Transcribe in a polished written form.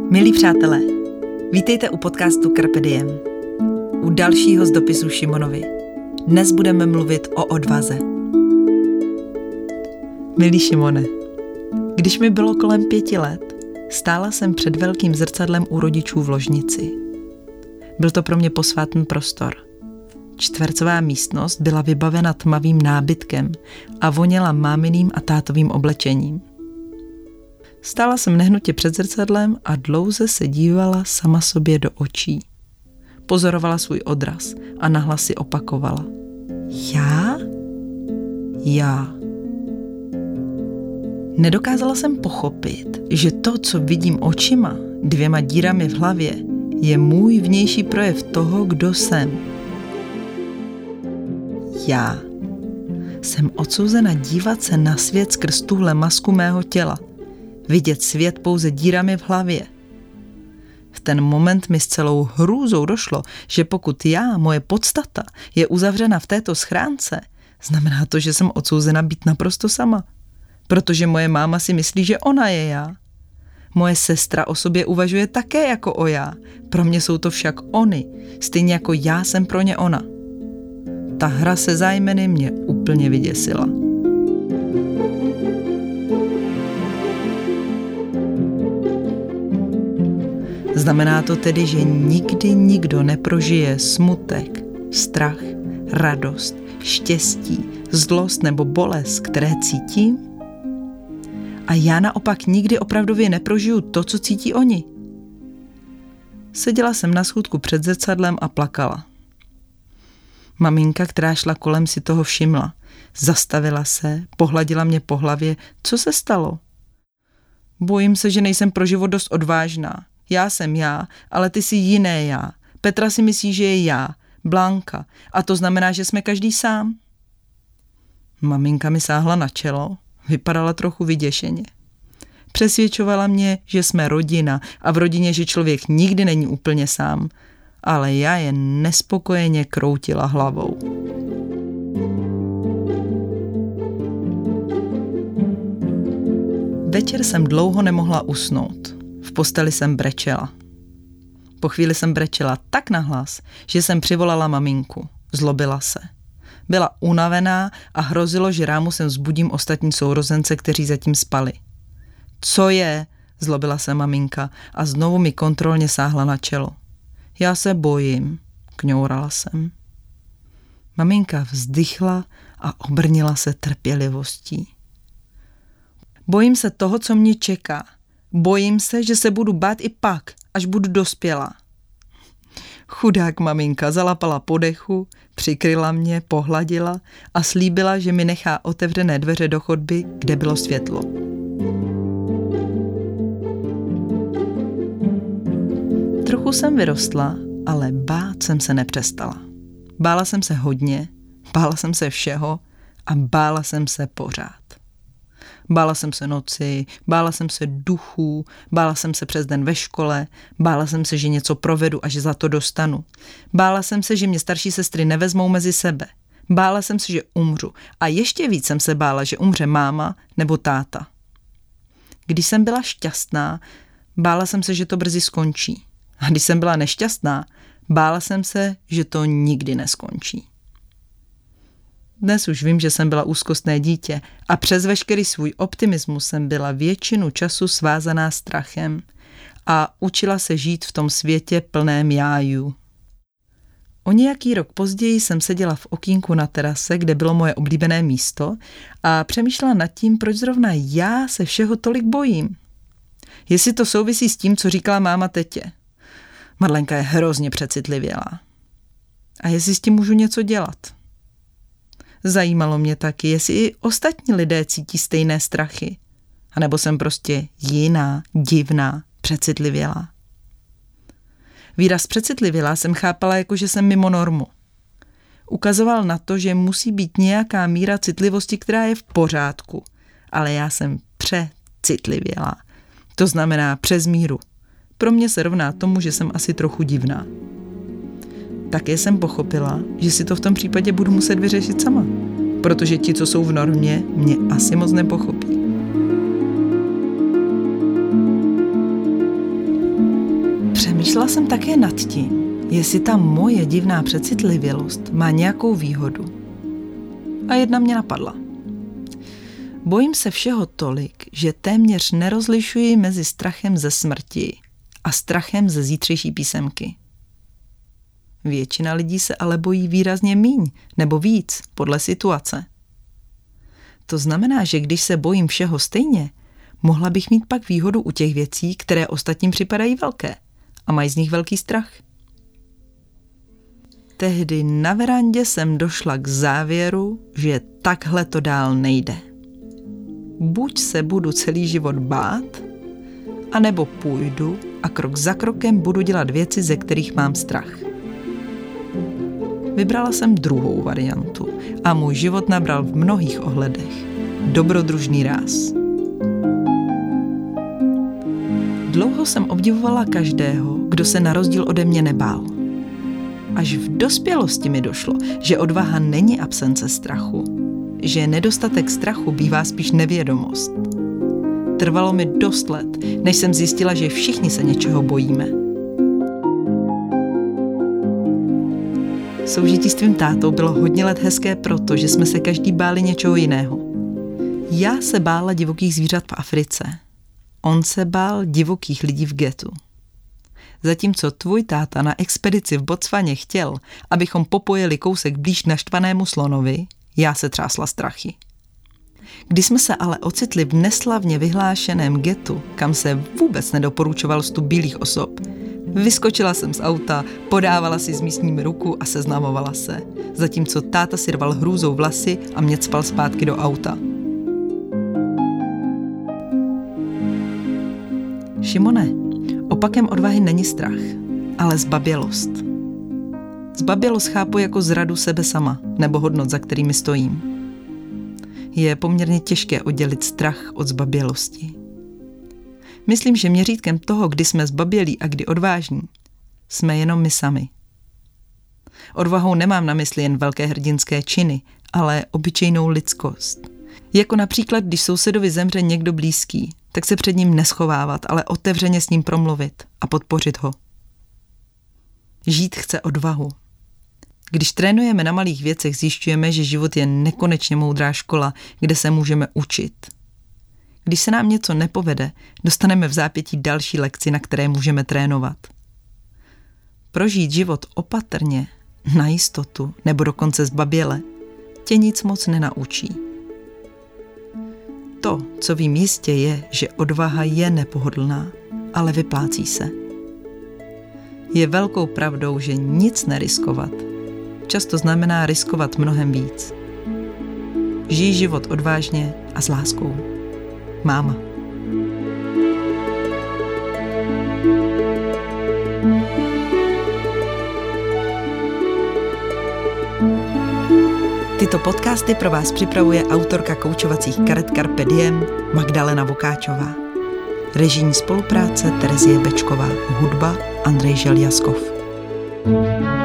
Milí přátelé, vítejte u podcastu Carpe Diem. U dalšího z dopisů Šimonovi. Dnes budeme mluvit o odvaze. Milý Šimone, když mi bylo kolem 5 let, stála jsem před velkým zrcadlem u rodičů v ložnici. Byl to pro mě posvátný prostor. Čtvercová místnost byla vybavena tmavým nábytkem a voněla máminým a tátovým oblečením. Stála jsem nehnutě před zrcadlem a dlouze se dívala sama sobě do očí. Pozorovala svůj odraz a nahlas si opakovala. Já. Nedokázala jsem pochopit, že to, co vidím očima, 2 dírami v hlavě, je můj vnější projev toho, kdo jsem. Já jsem odsouzena dívat se na svět skrz tuhle masku mého těla. Vidět svět pouze dírami v hlavě. V ten moment mi s celou hrůzou došlo, že pokud moje podstata, je uzavřena v této schránce, znamená to, že jsem odsouzena být naprosto sama. Protože moje máma si myslí, že ona je já. Moje sestra o sobě uvažuje také jako o já. Pro mě jsou to však oni, stejně jako já jsem pro ně ona. Ta hra se zájmeny mě úplně vyděsila. Znamená to tedy, že nikdy nikdo neprožije smutek, strach, radost, štěstí, zlost nebo bolest, které cítím? A já naopak nikdy opravdově neprožiju to, co cítí oni. Seděla jsem na schůdku před zrcadlem a plakala. Maminka, která šla kolem, si toho všimla. Zastavila se, pohladila mě po hlavě. Co se stalo? Bojím se, že nejsem pro život dost odvážná. Já jsem já, ale ty jsi jiné já. Petra si myslí, že je já, Blanka. A to znamená, že jsme každý sám. Maminka mi sáhla na čelo, vypadala trochu vyděšeně. Přesvědčovala mě, že jsme rodina a v rodině, že člověk nikdy není úplně sám. Ale já jen nespokojeně kroutila hlavou. Večer jsem dlouho nemohla usnout. V posteli jsem brečela. Po chvíli jsem brečela tak nahlas, že jsem přivolala maminku. Zlobila se. Byla unavená a hrozilo, že rámu sem vzbudím ostatní sourozence, kteří zatím spali. Co je? Zlobila se maminka a znovu mi kontrolně sáhla na čelo. Já se bojím, kňourala jsem. Maminka vzdychla a obrnila se trpělivostí. Bojím se toho, co mě čeká. Bojím se, že se budu bát i pak, až budu dospělá. Chudák maminka zalapala po dechu, přikryla mě, pohladila a slíbila, že mi nechá otevřené dveře do chodby, kde bylo světlo. Trochu jsem vyrostla, ale bát jsem se nepřestala. Bála jsem se hodně, bála jsem se všeho a bála jsem se pořád. Bála jsem se noci, bála jsem se duchů, bála jsem se přes den ve škole, bála jsem se, že něco provedu a že za to dostanu. Bála jsem se, že mě starší sestry nevezmou mezi sebe. Bála jsem se, že umřu. A ještě víc jsem se bála, že umře máma nebo táta. Když jsem byla šťastná, bála jsem se, že to brzy skončí. A když jsem byla nešťastná, bála jsem se, že to nikdy neskončí. Dnes už vím, že jsem byla úzkostné dítě a přes veškerý svůj optimismus jsem byla většinu času svázaná strachem a učila se žít v tom světě plném jájů. O nějaký rok později jsem seděla v okýnku na terase, kde bylo moje oblíbené místo a přemýšlela nad tím, proč zrovna já se všeho tolik bojím. Jestli to souvisí s tím, co říkala máma tetě. Madlenka je hrozně přecitlivělá. A jestli s tím můžu něco dělat? Zajímalo mě taky, jestli i ostatní lidé cítí stejné strachy. A nebo jsem prostě jiná, divná, přecitlivělá. Výraz přecitlivělá jsem chápala jako, že jsem mimo normu. Ukazoval na to, že musí být nějaká míra citlivosti, která je v pořádku. Ale já jsem přecitlivělá. To znamená přes míru. Pro mě se rovná tomu, že jsem asi trochu divná. Také jsem pochopila, že si to v tom případě budu muset vyřešit sama, protože ti, co jsou v normě, mě asi moc nepochopí. Přemýšlela jsem také nad tím, jestli ta moje divná přecitlivělost má nějakou výhodu. A jedna mě napadla. Bojím se všeho tolik, že téměř nerozlišuji mezi strachem ze smrti a strachem ze zítřejší písemky. Většina lidí se ale bojí výrazně míň nebo víc podle situace. To znamená, že když se bojím všeho stejně, mohla bych mít pak výhodu u těch věcí, které ostatním připadají velké a mají z nich velký strach. Tehdy na verandě jsem došla k závěru, že takhle to dál nejde. Buď se budu celý život bát, anebo půjdu a krok za krokem budu dělat věci, ze kterých mám strach. Vybrala jsem druhou variantu a můj život nabral v mnohých ohledech dobrodružný ráz. Dlouho jsem obdivovala každého, kdo se na rozdíl ode mě nebál. Až v dospělosti mi došlo, že odvaha není absence strachu, že nedostatek strachu bývá spíš nevědomost. Trvalo mi dost let, než jsem zjistila, že všichni se něčeho bojíme. Soužití s tvým tátou bylo hodně let hezké proto, že jsme se každý báli něčeho jiného. Já se bála divokých zvířat v Africe. On se bál divokých lidí v ghettu. Zatímco tvůj táta na expedici v Botswaně chtěl, abychom popojili kousek blíž naštvanému slonovi, já se třásla strachy. Když jsme se ale ocitli v neslavně vyhlášeném ghettu, kam se vůbec nedoporučoval vstup bílých osob, vyskočila jsem z auta, podávala si s místními ruku a seznamovala se, zatímco táta si rval hrůzou vlasy a mě cpal zpátky do auta. Šimone, opakem odvahy není strach, ale zbabělost. Zbabělost chápu jako zradu sebe sama nebo hodnot, za kterými stojím. Je poměrně těžké oddělit strach od zbabělosti. Myslím, že měřítkem toho, kdy jsme zbabělí a kdy odvážní, jsme jenom my sami. Odvahou nemám na mysli jen velké hrdinské činy, ale obyčejnou lidskost. Jako například, když sousedovi zemře někdo blízký, tak se před ním neschovávat, ale otevřeně s ním promluvit a podpořit ho. Žít chce odvahu. Když trénujeme na malých věcech, zjišťujeme, že život je nekonečně moudrá škola, kde se můžeme učit. Když se nám něco nepovede, dostaneme v zápětí další lekci, na které můžeme trénovat. Prožít život opatrně, na jistotu nebo dokonce zbaběle, tě nic moc nenaučí. To, co vím jistě, je, že odvaha je nepohodlná, ale vyplácí se. Je velkou pravdou, že nic neriskovat často znamená riskovat mnohem víc. Žij život odvážně a s láskou. Máma. Tyto podcasty pro vás připravuje autorka koučovacích karet Carpe Diem Magdalena Vokáčová. Režijní spolupráce Terezie Bečková. Hudba Andrej Željaskov.